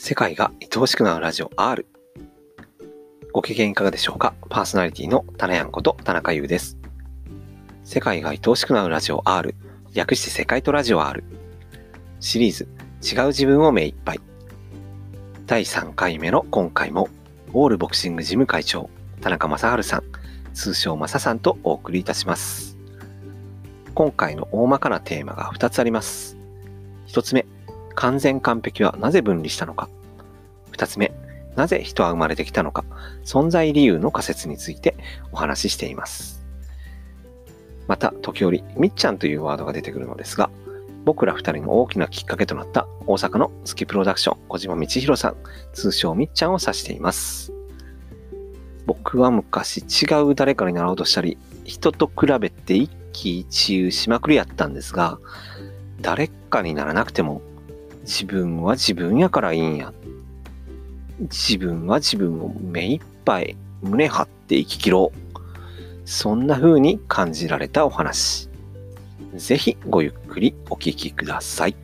世界が愛おしくなるラジオ R。 ご機嫌いかがでしょうか。パーソナリティのたなやんこと田中優です。世界が愛おしくなるラジオ R、 略して世界とラジオ R シリーズ、違う自分を目いっぱい。第3回目の今回もオールボクシングジム会長田中正治さん、通称正さんとお送りいたします。今回の大まかなテーマが2つあります。1つ目、完全完璧はなぜ分離したのか。2つ目、なぜ人は生まれてきたのか、存在理由の仮説についてお話ししています。また時折みっちゃんというワードが出てくるのですが、僕ら2人の大きなきっかけとなった大阪のスキプロダクション小島道弘さん、通称みっちゃんを指しています。僕は昔違う誰かになろうとしたり、人と比べて一喜一憂しまくりやったんですが、誰かにならなくても自分は自分やからいいんや。自分は自分を目いっぱい胸張って生き切ろう。そんな風に感じられたお話。ぜひごゆっくりお聞きください。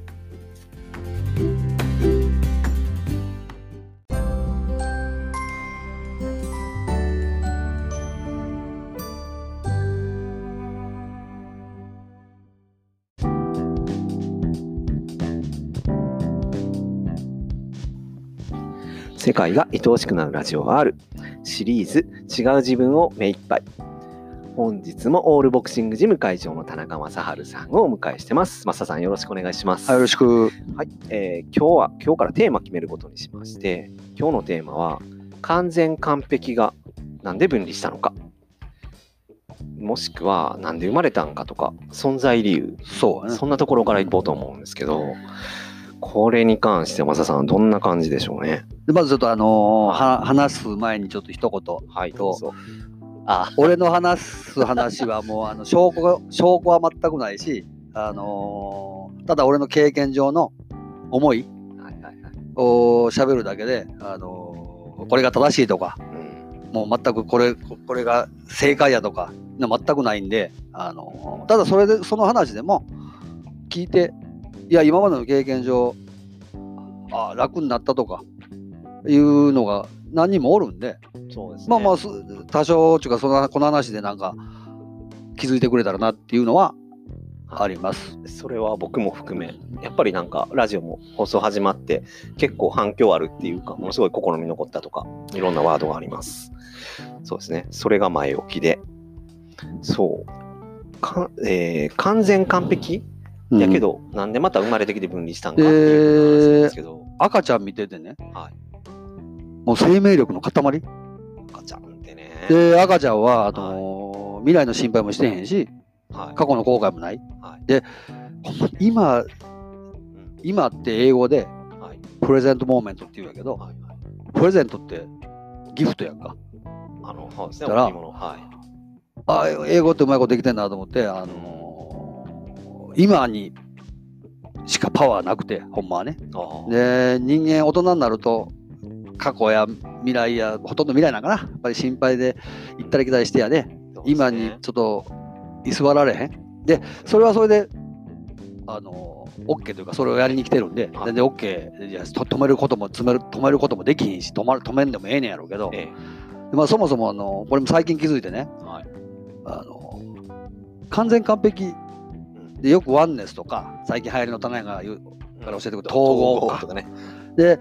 世界が愛おしくなるラジオ R シリーズ、違う自分を目いっぱい。本日もオールボクシングジム会長の田中正治さんをお迎えしてます。正さん、よろしくお願いします。 よろしく。 はい、今日からテーマ決めることにしまして、今日のテーマは完全完璧がなんで分離したのか、もしくはなんで生まれたんかとか、存在理由、そんなところからいこうと思うんですけど、これに関して正さんどんな感じでしょうね。 でまずちょっと話す前にちょっと一言、 はい、どうぞ。 俺の話す話はもう証拠は全くないし、ただ俺の経験上の思いを喋るだけで、これが正しいとか、もう全くこれが正解やとか全くないんで、ただその話でも聞いて、いや今までの経験上楽になったとかいうのが何人もおるんで、 そうですね、 まあ多少ちゅうかこの話でなんか気づいてくれたらなっていうのはあります。 それは僕も含め、やっぱりなんかラジオも放送始まって結構反響あるっていうか、ものすごい心に残ったとかいろんなワードがあります。そうですね、それが前置きで、完全完璧やけど、なんでまた生まれてきて分離したんかっていう話なんですけど、 赤ちゃん見ててね、もう生命力の塊。 赤ちゃんってね。 で赤ちゃんは未来の心配もしてへんし、過去の後悔もない。で今って英語でプレゼントモーメントって言うんやけど、プレゼントってギフトやんか。だから英語ってうまいことできてんなと思って、今にしかパワーなくて、ほんまはね。で人間大人になると過去や未来や、ほとんど未来なんかな、やっぱり心配で行ったり来たりしてやね、今にちょっと居座られへん。でそれはそれでOK というか、それをやりに来てるんで全然 OK。 いや止めることもできひんし、止めんでもええねんやろうけど、そもそもこれも最近気づいてね、完全完璧で、よくワンネスとか最近流行りの棚屋が言うから教えてくれた統合とかね。で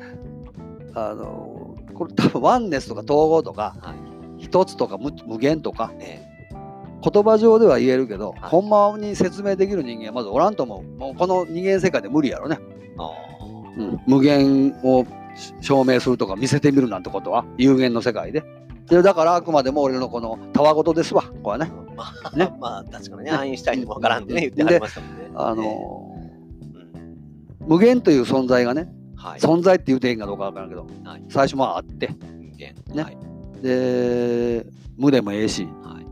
これ多分ワンネスとか統合とか、一つとか無限とか、言葉上では言えるけど、ほんまに説明できる人間はまずおらんと思う。もうこの人間世界で無理やろね。無限を証明するとか見せてみるなんてことは有限の世界で。だからあくまでも俺のこのたわごとですわ、これはね。 まあ確かにね、アインシュタインでもわからんってね、言ってはりましたもんね。 無限という存在がね、存在って言うてへんかどうかわからんけど、最初あって、で無でもええし、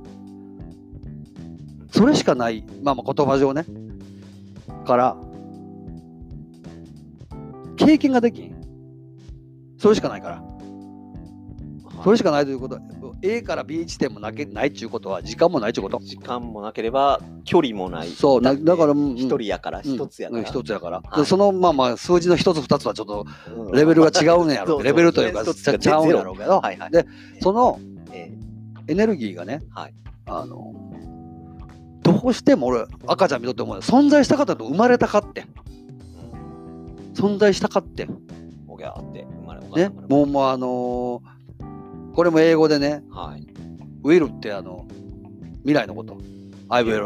それしかない。言葉上ね、から経験ができん、それしかないから。 それしかないということは A から B 地点もないっていうことは時間もないってこと。 時間もなければ距離もない。 そうだから一人やから一つやから。 一つやから。 はい、 その数字の一つ二つはちょっとレベルが違うねやろ。レベルというかちゃうんやろうけど。でそのエネルギーがね、どうしても俺赤ちゃん見とって思うよ。存在したかったと生まれたかって。存在したかって。 おぎゃーって生まれね、もうこれも英語でね、will って未来のこと。I will。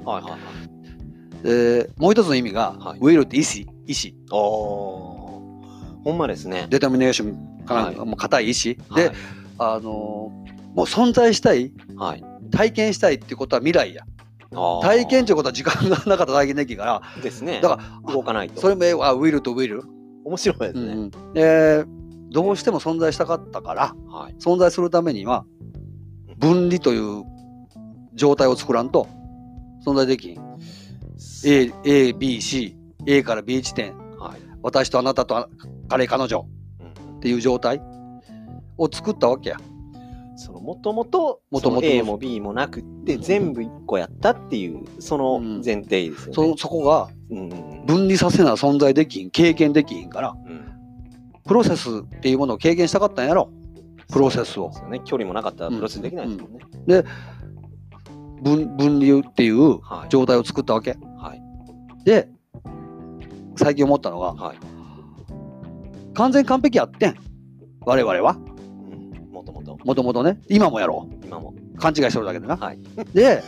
もう一つの意味が、will って意志。 ほんまですね。 デタミネーションから、もう固い意志。で、もう存在したい、体験したいっていうことは未来や。体験ということは時間がなかったら体験できるから。 ですね。 だから動かないと。 それもwill と will。 面白いですね。 どうしても存在したかったから、存在するためには分離という状態を作らんと存在できん。A、B、C、A から B 地点、私とあなたと彼女っていう状態を作ったわけや。 もともと A も B もなくって全部1個やったっていうその前提ですよね。 そこが分離させな存在できん、経験できんから、プロセスっていうものを経験したかったんやろ。プロセスを。 距離もなかったらプロセスできないですもんね。 で分離っていう状態を作ったわけ。で最近思ったのが、完全完璧やってん我々は。もともとね、今もやろう。 今も勘違いしてるだけでな。で、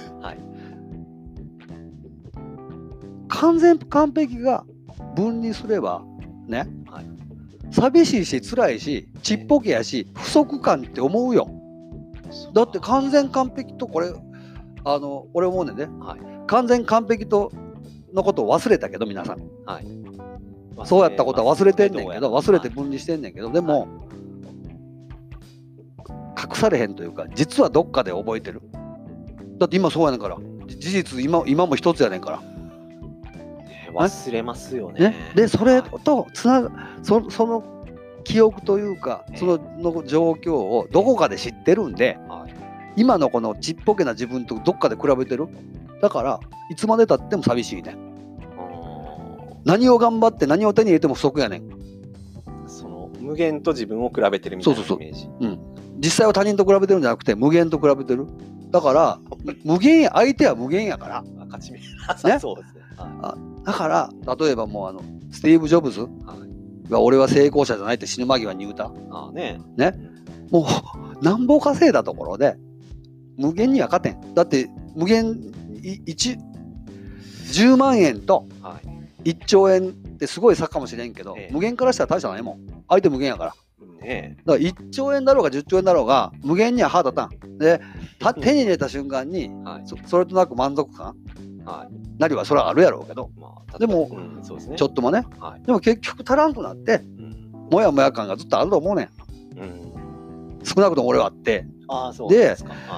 完全完璧が分離すればね、寂しいし辛いしちっぽけやし不足感って思うよ。だって完全完璧とこれ俺思うねんね、完全完璧とのことを忘れたけど皆さん、そうやったことは忘れてんねんけど、忘れて分離してんねんけど、でも隠されへんというか実はどっかで覚えてる。だって今そうやねんから、事実今も一つやねんから。 忘れますよね。 でそれとその記憶というかその状況をどこかで知ってるんで、今のこのちっぽけな自分とどっかで比べてる。だからいつまでたっても寂しいね。何を頑張って何を手に入れても不足やねん。 その無限と自分を比べてるみたいなイメージ。 実際は他人と比べてるんじゃなくて無限と比べてる。だから無限や、相手は無限やから。 勝ち目。ね。そうですね。 だから例えばもうスティーブ・ジョブズが俺は成功者じゃないって死ぬ間際に言うた。もうなんぼ稼いだところで無限には勝てん。だって無限10万円と1兆円ってすごい差かもしれんけど、無限からしたら大したないもん。相手無限やから。だから1兆円だろうが10兆円だろうが無限には歯立たん。で手に入れた瞬間にそれとなく満足感なりはそれはあるやろうけど、でもちょっともね、でも結局足らんくなってもやもや感がずっとあると思うねん。少なくとも俺はあって、で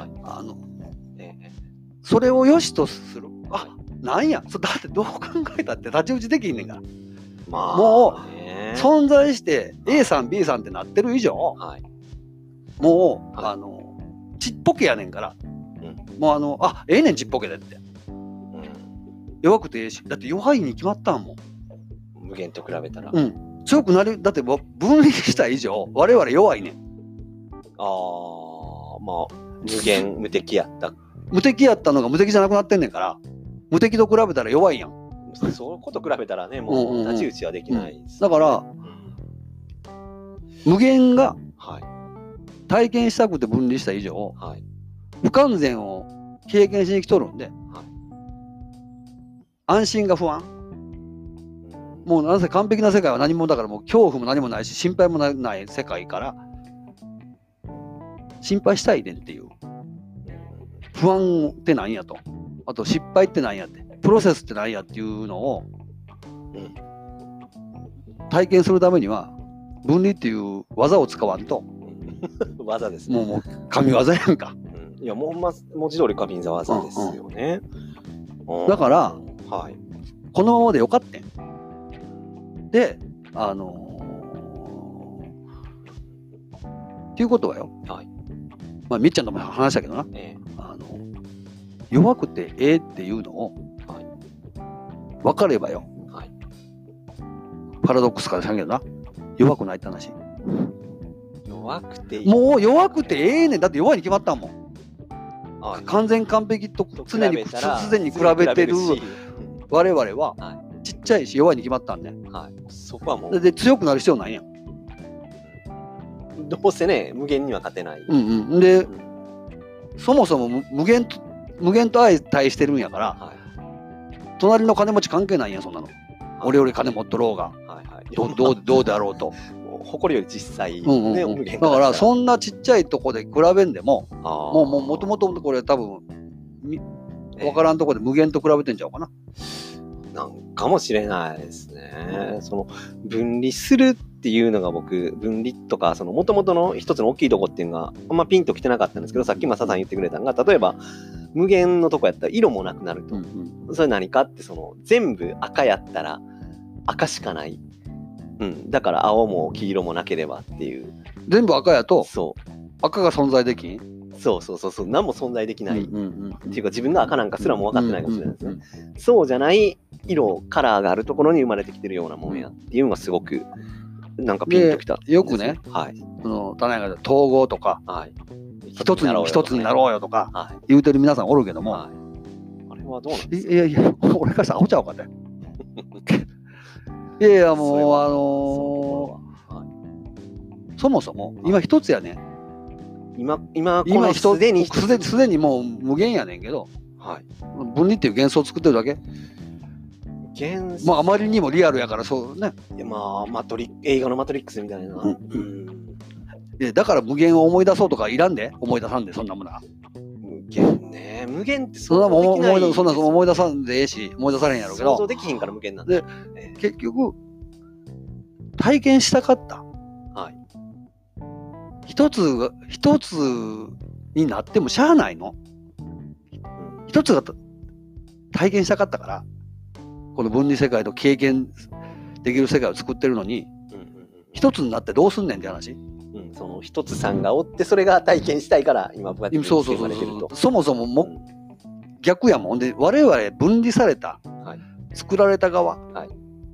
それを良しとする。なんやだってどう考えたって太刀打ちできんねんから。もう存在して A さん B さんってなってる以上、もうちっぽけやねんから、もうええねんちっぽけでって、弱くてええし、だって弱いに決まったんもん。 無限と比べたら、 強くなる。だって分離した以上我々弱いねん。 無限無敵やったのが無敵じゃなくなってんねんから、無敵と比べたら弱いやん。 そういうこと比べたらね、もう太刀打ちはできないです、 だから無限が体験したくて分離した以上、不完全を経験しに来とるんで、安心が不安。もうなぜ完璧な世界は何もだからもう恐怖も何もないし心配もない世界から心配したいねんっていう。不安って何やと、あと失敗って何やって、プロセスって何やっていうのを体験するためには分離っていう技を使わんと。 技ですね。 もう神業やんか。 いやもう文字通り神業技ですよね。 だから、このままでよかったんで、 っていうことはよ、 はい。 まあ、みっちゃんとも話したけどな、弱くてええっていうのを分かればよ、 はい。 パラドックスからしゃんけどな、弱くないって話。 弱くていい。 もう弱くてええねん。だって弱いに決まったもん。 はい。 完全完璧と常に比べてる我々はちっちゃいし弱いに決まったんね。 はい。そこはもう。 で強くなる必要ないやん。 どうせね、無限には勝てない。 で、そもそも無限と相対してるんやから、隣の金持ち関係ないやん、そんなの。俺より金持っとろうが、どうであろうと。 誇りより実際、 だからそんなちっちゃいとこで比べんでも、もともとこれ多分分からんとこで無限と比べてんちゃうかな。 なんかもしれないですね。その分離するっていうのが僕、分離とか、その元々の一つの大きいとこっていうのがあんまピンときてなかったんですけど、さっきマサさん言ってくれたのが、例えば無限のとこやったら色もなくなると。それ何かって、その全部赤やったら赤しかない。だから青も黄色もなければっていう。 全部赤やと、 そう赤が存在できん。 そう、何も存在できない。っていうか自分が赤なんかすらも分かってないかもしれないですね。そうじゃない色、カラーがあるところに生まれてきてるようなもんやっていうのがすごくなんかピンときた。 よくね、種が統合とか、一つになろうよとか言うてる皆さんおるけども、あれはどうなんですか。いや、俺からしたらアホちゃうかね。いやもうそもそも今一つやね。 今すでにもう無限やねんけど、分離っていう幻想を作ってるだけ。まああまりにもリアルやからそうね。 いやまあ映画のマトリックスみたいな。 だから無限を思い出そうとかいらんで、思い出さんで、そんなものは。 無限ってそんな思い出さんでええし、思い出されへんやろうけど。 想像できひんから無限なんで。 結局体験したかった。一つになってもしゃあないの。一つが体験したかったから、この分離世界と経験できる世界を作ってるのに、一つになってどうすんねんって話。 その一つさんがおって、それが体験したいから今こうやってそうそもそも逆やもんで、我々分離された、作られた側が、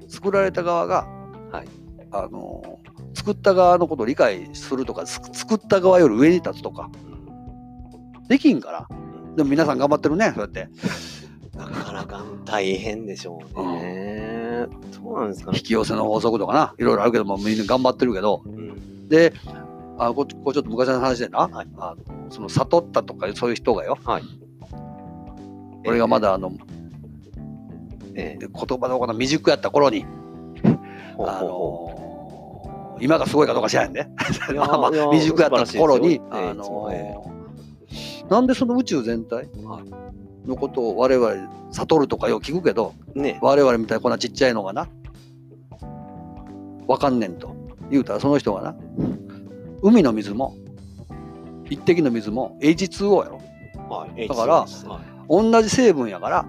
作った側のことを理解するとか、作った側より上に立つとかできんから。でも皆さん頑張ってるね、そうやって。 なかなか大変でしょうね。そうなんですかね。 引き寄せの法則とかな、いろいろあるけども、みんな頑張ってるけど、でこれちょっと昔の話でな、その悟ったとかそういう人がよ、俺がまだ言葉の未熟やった頃に、今がすごいかどうか知らへんで、未熟やった頃に、なんでその宇宙全体のことを我々悟るとかよく聞くけど、我々みたいなこんなちっちゃいのがなわかんねんと言うたら、その人がな、海の水も一滴の水も H2O やろ。だから同じ成分やから、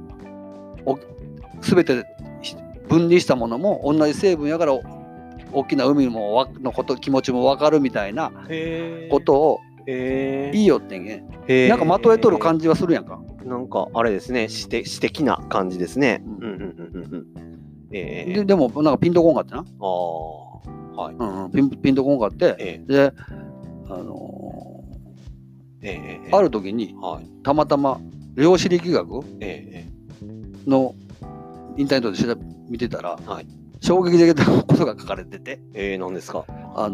全て分離したものも同じ成分やから、大きな海のこと気持ちも分かるみたいなことをいいよってね。なんかまとえとる感じはするやんか。 なんかあれですね、詩的な感じですね。 でもなんかピンとこんかってな。ピンとこんかって、である時にたまたま量子力学のインターネットで見てたら、衝撃的なことが書かれてて、 何ですか。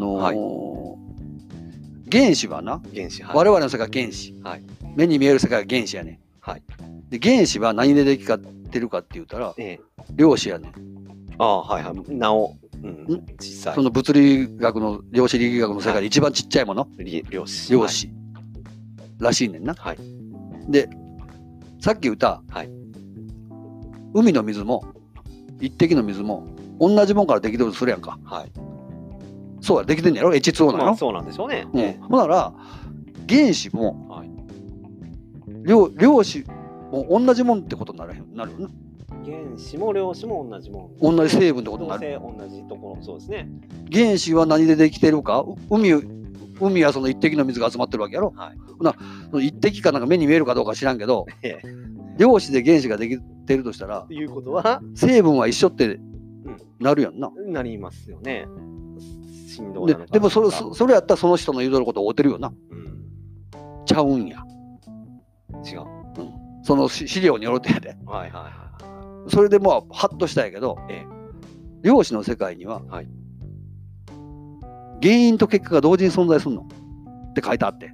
原子はな、我々の世界は原子、目に見える世界は原子やね。で原子は何でできてるかって言ったら、量子やね。 なお小さい。 その物理学の量子力学の世界で一番ちっちゃいもの、量子らしいねんな。でさっき言った、海の水も一滴の水も同じもんからできてるとするやんか。そうや、できてんやろ、 H2O なの。 そうなんでしょうね。 ほんなら原子も量子も同じもんってことになるよな。 原子も量子も同じもん。同じ成分ってことになる。 同じところ、そうですね。 原子は何でできてるか、 海はその一滴の水が集まってるわけやろ。その一滴かなんか目に見えるかどうか知らんけど、量子で原子ができてるとしたら、 いうことは成分は一緒ってなるやんな。 なりますよね。振動でもそれやったらその人の言うとることを追ってるよな。ちゃうんや。 違う。 その資料によるとやで。それでまあハッとしたんやけど、量子の世界には、原因と結果が同時に存在するのって書いてあって。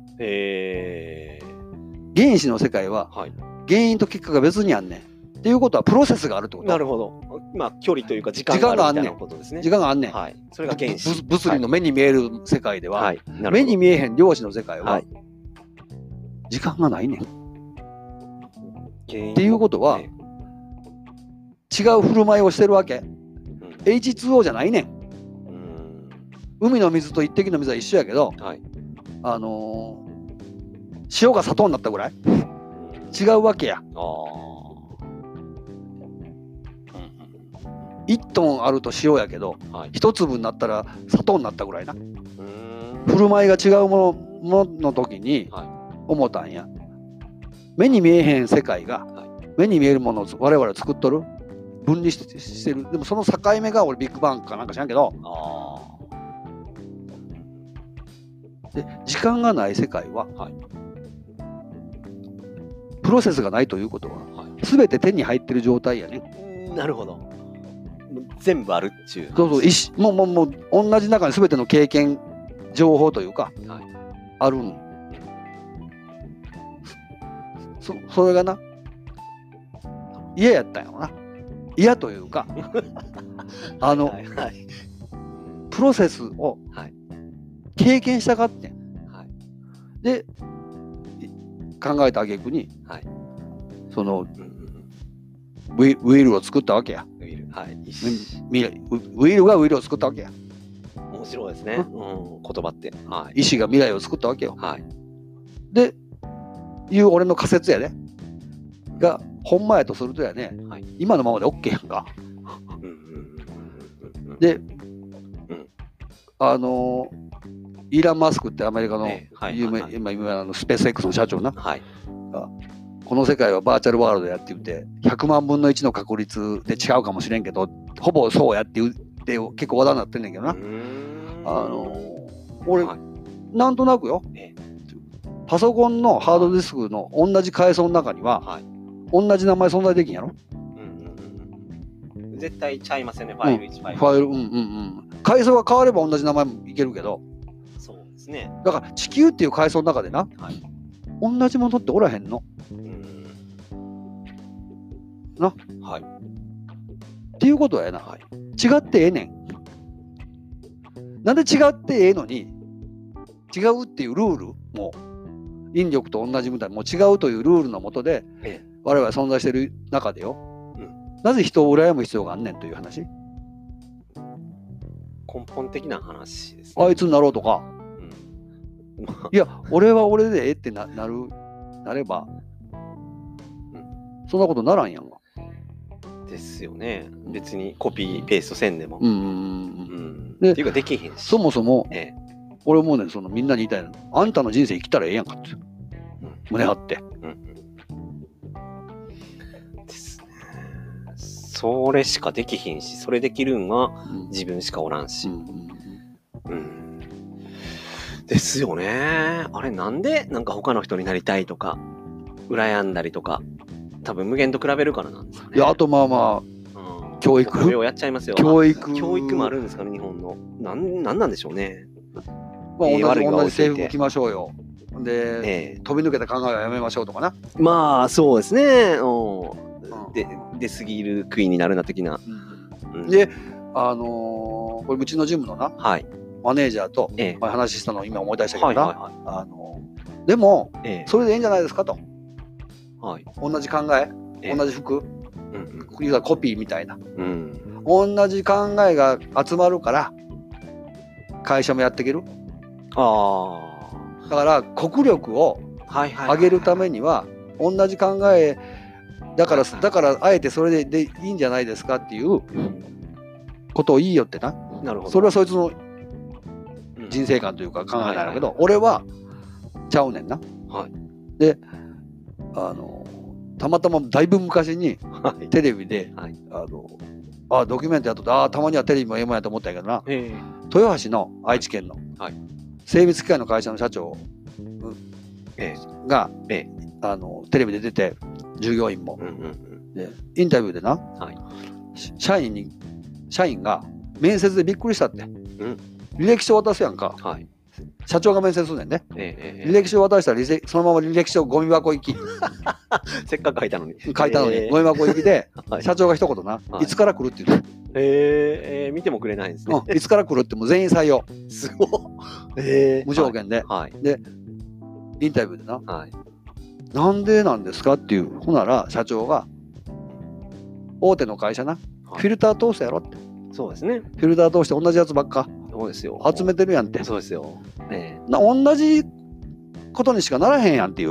原子の世界は、原因と結果が別にあんねん。っていうことはプロセスがあるってこと。 なるほど。まあ距離というか時間があるみたいなことですね。 時間があんねん。 それが原子。 物理の目に見える世界では、目に見えへん量子の世界は、時間がないねん。っていうことは、違う振る舞いをしてるわけ。H2O じゃないねん。海の水と一滴の水は一緒やけど、塩が砂糖になったぐらい違うわけや。1トンあると塩やけど、1粒になったら砂糖になったぐらいな。振る舞いが違うものの時に思ったんや。目に見えへん世界が、目に見えるものを我々は作っとる、分離してる。でもその境目が俺ビッグバンかなんか知らんけど、で時間がない世界は、プロセスがないということは、全て手に入ってる状態やね。 なるほど。全部あるっちゅう。 そうそう、もう同じ中に全ての経験情報というか、あるん。それがな嫌やったんやろな。嫌というかプロセスを経験したかってん。で考えた挙句に、そのウイルを作ったわけや。ウイルがウイルを作ったわけや。 面白いですね。言葉って。 意志が未来を作ったわけよ。でいう俺の仮説やで、がほんまやとするとやね、今のままで OK やんか。で、イーラン・マスクってアメリカの有名なスペース X の社長な、この世界はバーチャルワールドやって言って100万分の1の確率で違うかもしれんけどほぼそうやって言って結構話題になってんねんけどな。俺なんとなくよ、パソコンのハードディスクの同じ階層の中には、同じ名前存在できんやろ。 絶対ちゃいますよね、ファイル1、 ファイル、階層が変われば同じ名前もいけるけど、 そうですね。 だから地球っていう階層の中でな、同じものっておらへんの。な。っていうことはやな、違ってええねん。なんで違ってええのに、違うっていうルールも引力と同じみたいにもう違うというルールの下で我々は存在している中でよ、なぜ人を羨む必要があんねんという話。 根本的な話ですね。 あいつになろうとか、いや俺は俺でええってなれば、そんなことならんやんか。 ですよね。別にコピーペーストせんでも。 でっていうかできへんし。 そもそも、俺もね、そのみんなに言いたいの、あんたの人生生きたらええやんかって、胸張って。 ですね。それしかできひんし、それできるんは自分しかおらんし。ですよね。あれなんでなんか他の人になりたいとか羨んだりとか、多分無限と比べるからなんですかね。 いや、あとまあまあ、教育。 やっちゃいますよ。 教育もあるんですかね、日本の。なんでしょうね。 まあ、同じ制服着ましょうよ。で、飛び抜けた考えはやめましょうとかな。 まあそうですね。出過ぎる杭になるな的な。 で、これうちのジムのな、マネージャーと話したのを今思い出したけどな、でもそれでいいんじゃないですかと。同じ考え、同じ服、コピーみたいな、同じ考えが集まるから会社もやっていける。だから国力を上げるためには同じ考えだからあえてそれでいいんじゃないですかっていうことをいいよってな。それはそいつの人生観というか考えなんだけど、 はいはいはい俺はちゃうねんな。 はいでたまたまだいぶ昔にはいテレビで、 はいドキュメントやっとってたまにはテレビもええもんやと思ったんやけどな、 え豊橋の愛知県のはい精密機械の会社の社長えがえテレビで出て、従業員もうんうんでインタビューでな、 はい社員が面接でびっくりしたって、履歴書渡すやんか、 はい社長が面接するねんね、履履歴書渡したらそのまま履歴書ゴミ箱行きせっかく書いたのに書いたのにゴミ箱行きで、 はい社長が一言な、 はいいつから来るって言う見てもくれないんですね。 の、いつから来るってもう全員採用、 すごい。 無条件で、 はい。 インタビューでな、 はい。 なんでなんですかっていう、ほなら社長が、大手の会社な、 はいフィルター通すやろって、 そうですね。 フィルター通して同じやつばっかそうですよ。 集めてるやんって、 そうですよ。 同じことにしかならへんやんっていう、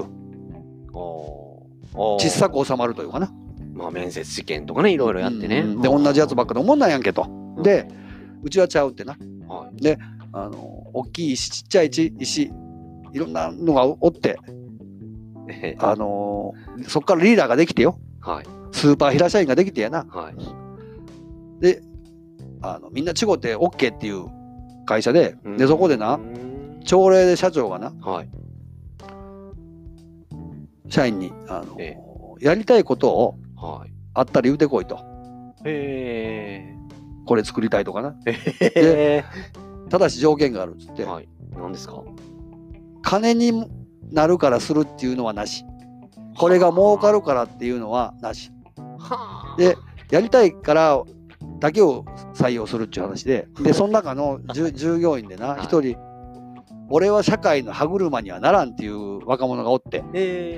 小さく収まるというかな。 まあ面接試験とかね、いろいろやってね。 で、同じやつばっかで思んないやんけと。で、うちはちゃうってな。 はいで、大きい石、ちっちゃい石、いろんなのがおって、そっからリーダーができてよ。 はい。 スーパー平社員ができてやな。 はい。 で、みんな違って OK っていう会社で、で、そこでな、朝礼で社長がな、 はい。 社員に、やりたいことをはい。 あったら言うてこいと。これ作りたいとかな。ただし条件があるっつって、 はい。何ですか？ 金になるからするっていうのはなし。これが儲かるからっていうのはなし。で、やりたいからだけを採用するっていう話で、その中の従業員でな、一人、俺は社会の歯車にはならんっていう若者がおって、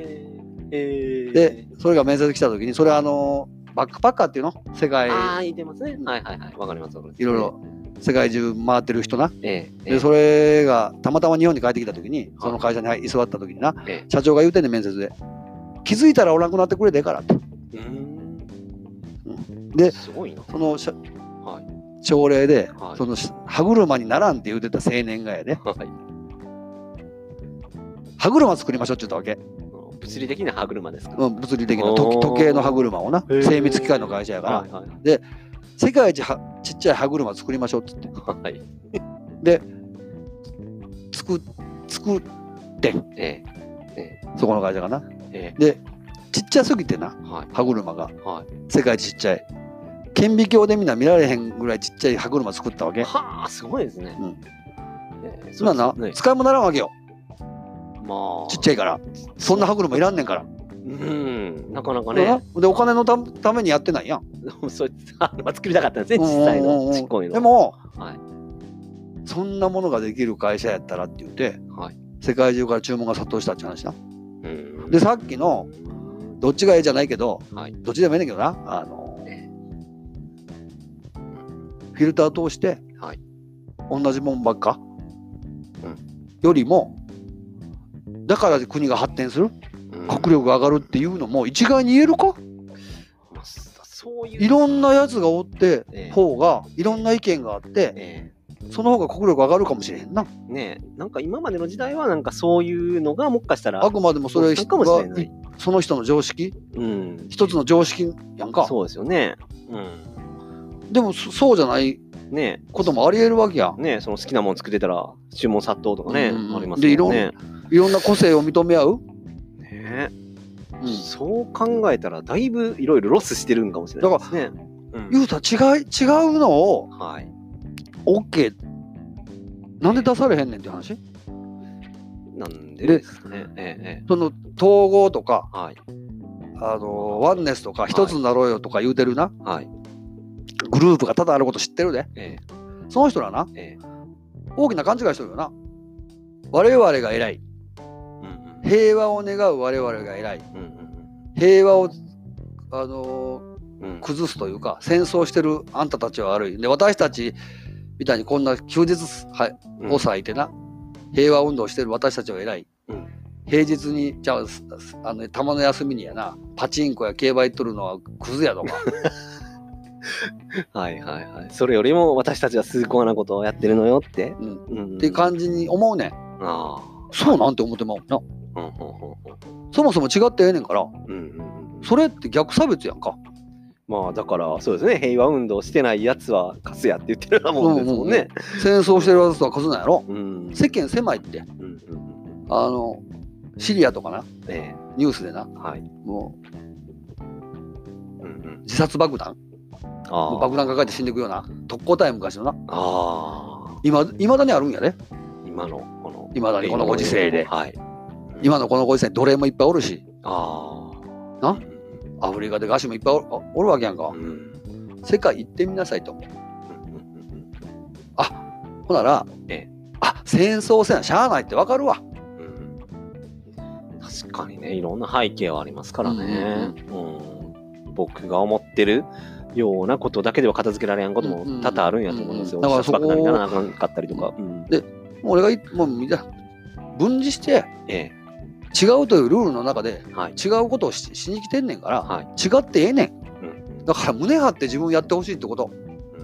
で、それが面接来た時に、それバックパッカーっていうの世界、 言ってますね。はいはいはい。わかります。 いろいろ世界中回ってる人な。 で、 それがたまたま日本に帰ってきた時に、その会社に居座った時にな、社長が言うてんねん、面接で。気づいたらおらんくなってくれでええからって。で、その朝礼で、その歯車にならんって言うてた青年がやで、歯車作りましょうって言ったわけ。 物理的な歯車ですか？ 物理的な時計の歯車をな、精密機械の会社やから。で、世界一ちっちゃい歯車作りましょうって言って。で、作ってん。そこの会社がな。で、ちっちゃすぎてな、歯車が。世界一ちっちゃい。顕微鏡でみんな見られへんぐらいちっちゃい歯車作ったわけ。 はあ、すごいですね。 そんなな、使い物ならんわけよ。ちっちゃいから。そんな歯車いらんねんから。 なかなかね。 で、お金のためにやってないやん。 そう作りたかったんですね、実際のちっこいの。 でも、そんなものができる会社やったらって言って、世界中から注文が殺到したって話な。で、さっきの、どっちがええじゃないけど、どっちでもええねんけどな、フィルター通して、同じもんばっか、よりも、だから国が発展する、国力が上がるっていうのも一概に言えるか？いろんなやつがおって方がいろんな意見があって、その方が国力上がるかもしれへんな。 ねえ、なんか今までの時代はなんかそういうのがもしかしたらあくまでもそれかもしれない。 その人の常識、一つの常識やんか。 そうですよね。 でもそうじゃないこともありえるわけや。 ね、その好きなもの作ってたら注文殺到とかね、ありますよね。 いろんな個性を認め合う。 ね、そう考えたらだいぶいろいろロスしてるんかもしれないですね。 言うたら違うのを OK なんで出されへんねんって話。 なんでですかね。 その統合とか、ワンネスとか一つになろうよとか言うてるな、グループがただあること知ってるで、その人らな、大きな勘違いしてるよな。我々が偉い、平和を願う我々が偉い、平和を崩すというか戦争してるあんたたちは悪いで、私たちみたいにこんな休日を割いてな、平和運動してる私たちは偉い、平日にじゃあたまの休みにやなパチンコや競馬行っとるのはクズやとかはいはいはい。それよりも私たちは崇高なことをやってるのよって。 っていう感じに思うねん。 ああ。 そうなんて思ってまうな。そもそも違ってええねんから、それって逆差別やんか。 まあだからそうですね、平和運動してないやつはカスやって言ってるようなもんですもんね。 戦争してるやつはカスなんやろ。世間狭いって。シリアとかな、ニュースでな、もう自殺爆弾、爆弾抱えて死んでいくような特攻隊昔のな、いまだにあるんやで。いまだにこのご時世で、今のこのご時世奴隷もいっぱいおるしな、アフリカで餓死もいっぱいおるわけやんか。世界行ってみなさいと。ほなら、戦争せなしゃあないってわかるわ。 確かにね、いろんな背景はありますからね。僕が思ってるようなことだけでは片付けられんことも多々あるんやと思うんですよ。だからそこにならなかったりとか。 で、俺がもう分離して、違うというルールの中で違うことをしに来てんねんから、違ってええねん。だから胸張って自分やってほしいってこと。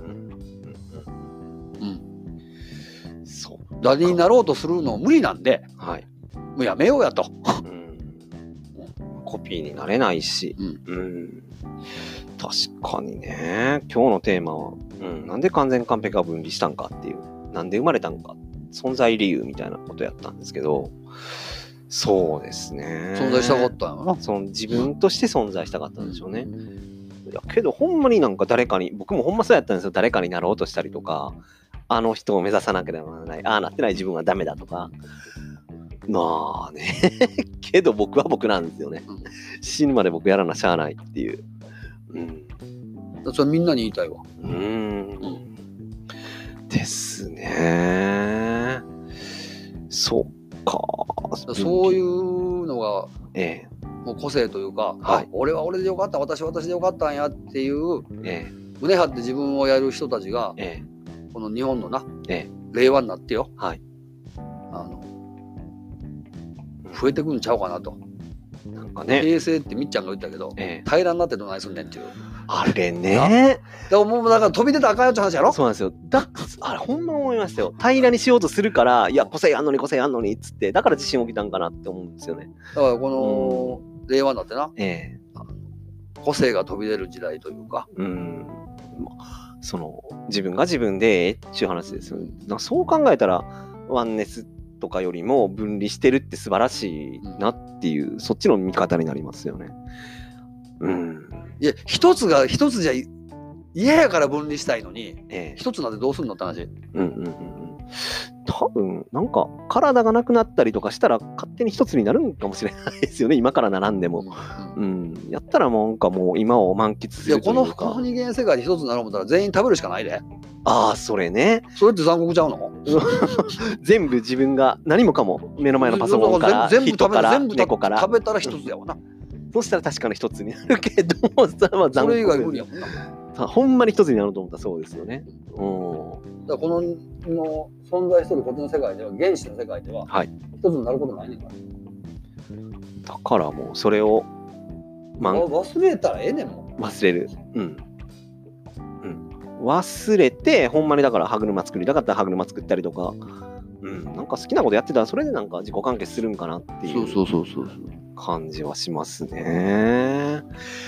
誰になろうとするの無理なんで、もうやめようやと。 コピーになれないし。確かにね。今日のテーマは、なんで完全完璧が分離したんかっていう、なんで生まれたんか、存在理由みたいなことやったんですけど、そうですね。 存在したかったんやな。 自分として存在したかったんでしょうね。いやけどほんまになんか僕もほんまそうやったんですよ。誰かになろうとしたりとか、あの人を目指さなければならない、なってない自分はダメだとか。まあねけど僕は僕なんですよね。死ぬまで僕やらなしゃあないっていう。 それみんなに言いたいわ。 ですね。そっか。 そういうのが、もう個性というか、俺は俺でよかった、私でよかったんやっていう、胸張って自分をやる人たちが、この日本のな、令和になってよ、増えてくるんちゃうかなと。なんかね、平成ってみっちゃんが言ったけど、平らになってどないすんねんっていう。 あれね。 だから飛び出たらあかんよって話やろ。 そうなんですよ。あれほんま思いましたよ。平らにしようとするから、いや個性あんのにっつって、だから自信起きたんかなって思うんですよね。 だからこの令和になってな、個性が飛び出る時代というか、 自分が自分でっていう話ですよね。そう考えたらワンネスとかよりも分離してるって素晴らしいなっていう、そっちの見方になりますよね。 いや一つじゃ嫌やから分離したいのに、一つなんてどうすんのって話。 多分なんか体がなくなったりとかしたら勝手に一つになるんかもしれないですよね。今から並んでも、やったらもう今を満喫するというか。 いやこの二元世界で一つになろう思ったら全員食べるしかないで。 それね。 それって残酷ちゃうの？ 全部自分が何もかも目の前のパソコンから人から猫から食べたら一つやわな。 そしたら確かに一つになるけど、 それ以外無理やもんな。 ほんまに一つになると思ったらそうですよね。 だからこの存在してるこっちの世界では、原始の世界では一つになることないねんから。 だからもうそれを忘れたらええねんもん。 忘れる。忘れて、ほんまにだから歯車作りたかったら歯車作ったりとか、なんか好きなことやってたらそれでなんか自己完結するんかなっていう感じはしますね。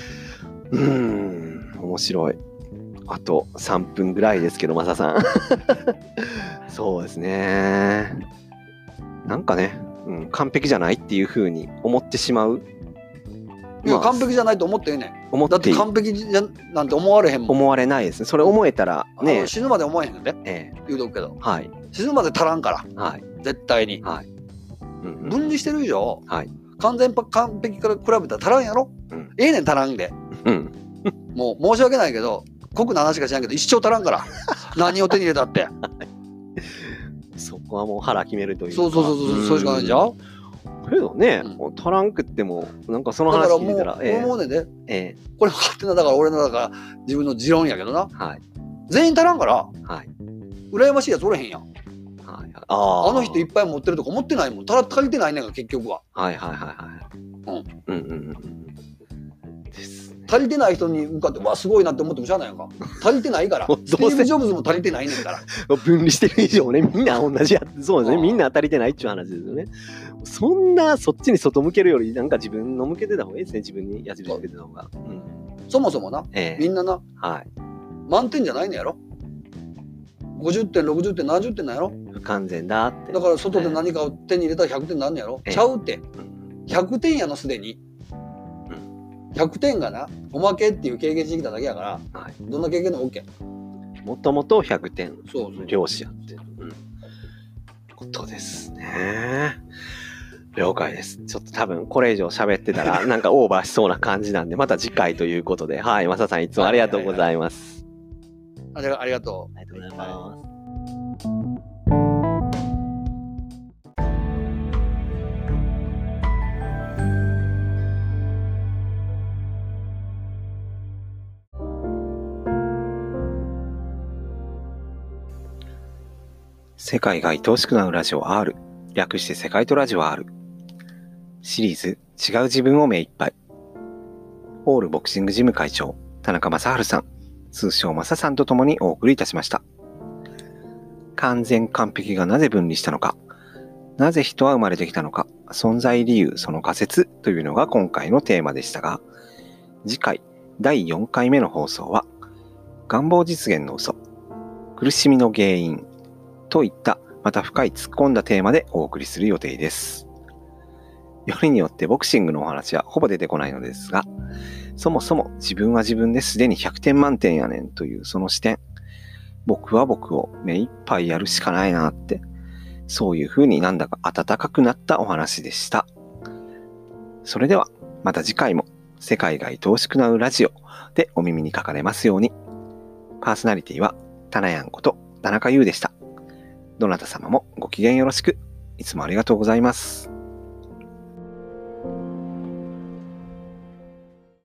面白い。あと3分ぐらいですけど、マサさん。そうですね。なんかね、完璧じゃないっていう風に思ってしまう。 いや、完璧じゃないと思ってね。だって完璧じゃなんて思われへんもん。 思われないですね。それ思えたらね。 死ぬまで思えへんね。言うとくけど。死ぬまで足らんから。絶対に。分離してる以上、完璧から比べたら足らんやろ。ええねん足らんで。もう申し訳ないけど、酷な話か知らんけど一生足らんから。何を手に入れたって。 そこはもう腹決めるというか。 そうしかないんじゃん。 けどね、足らんくってもなんかその話聞いたら、 思うねんで、これ勝手なだから俺のだから自分の持論やけどな、全員足らんから、羨ましいやつおれへんやん。あの人いっぱい持ってるとか思ってないもん。足りてないねんが結局は。 ですね。 足りてない人に向かってわすごいなって思ってもしゃあないやんか。足りてないから。スティーブ・ジョブズも足りてないねんから。 分離してる以上ね、みんな同じやって、そうですね、みんな足りてないっていう話ですよね。そんなそっちに外向けるよりなんか自分の向けてた方がいいですね、自分に矢印向けてた方が。 そもそもな、みんなな、満点じゃないのやろ。50点、60点、70点なんやろ。 不完全だって。 だから外で何かを手に入れたら100点なんのやろ。ちゃうって。100点やのすでに。100点がな、おまけっていう経験してきただけやから、どんな経験でも OK。 もともと100点漁師やってることですね。了解です。ちょっと多分これ以上喋ってたらなんかオーバーしそうな感じなんで、また次回ということで、はい、マサさんいつもありがとうございます。 ありがとう。 ありがとうございます。世界が愛おしくなるラジオ R、略して世界とラジオ R。シリーズ違う自分を目いっぱい。オールボクシングジム会長、田中正治さん、通称マサさんと共にお送りいたしました。完全完璧がなぜ分離したのか、なぜ人は生まれてきたのか、存在理由その仮説というのが今回のテーマでしたが、次回第4回目の放送は、願望実現の嘘、苦しみの原因といったまた深い突っ込んだテーマでお送りする予定です。よりによってボクシングのお話はほぼ出てこないのですが、そもそも自分は自分ですでに100点満点やねんというその視点、僕は僕を目いっぱいやるしかないなって、そういう風になんだか温かくなったお話でした。それではまた次回も世界が愛おしくなるラジオでお耳にかかれますように。パーソナリティはタナヤンこと田中優でした。どなた様もご機嫌よろしく。いつもありがとうございます。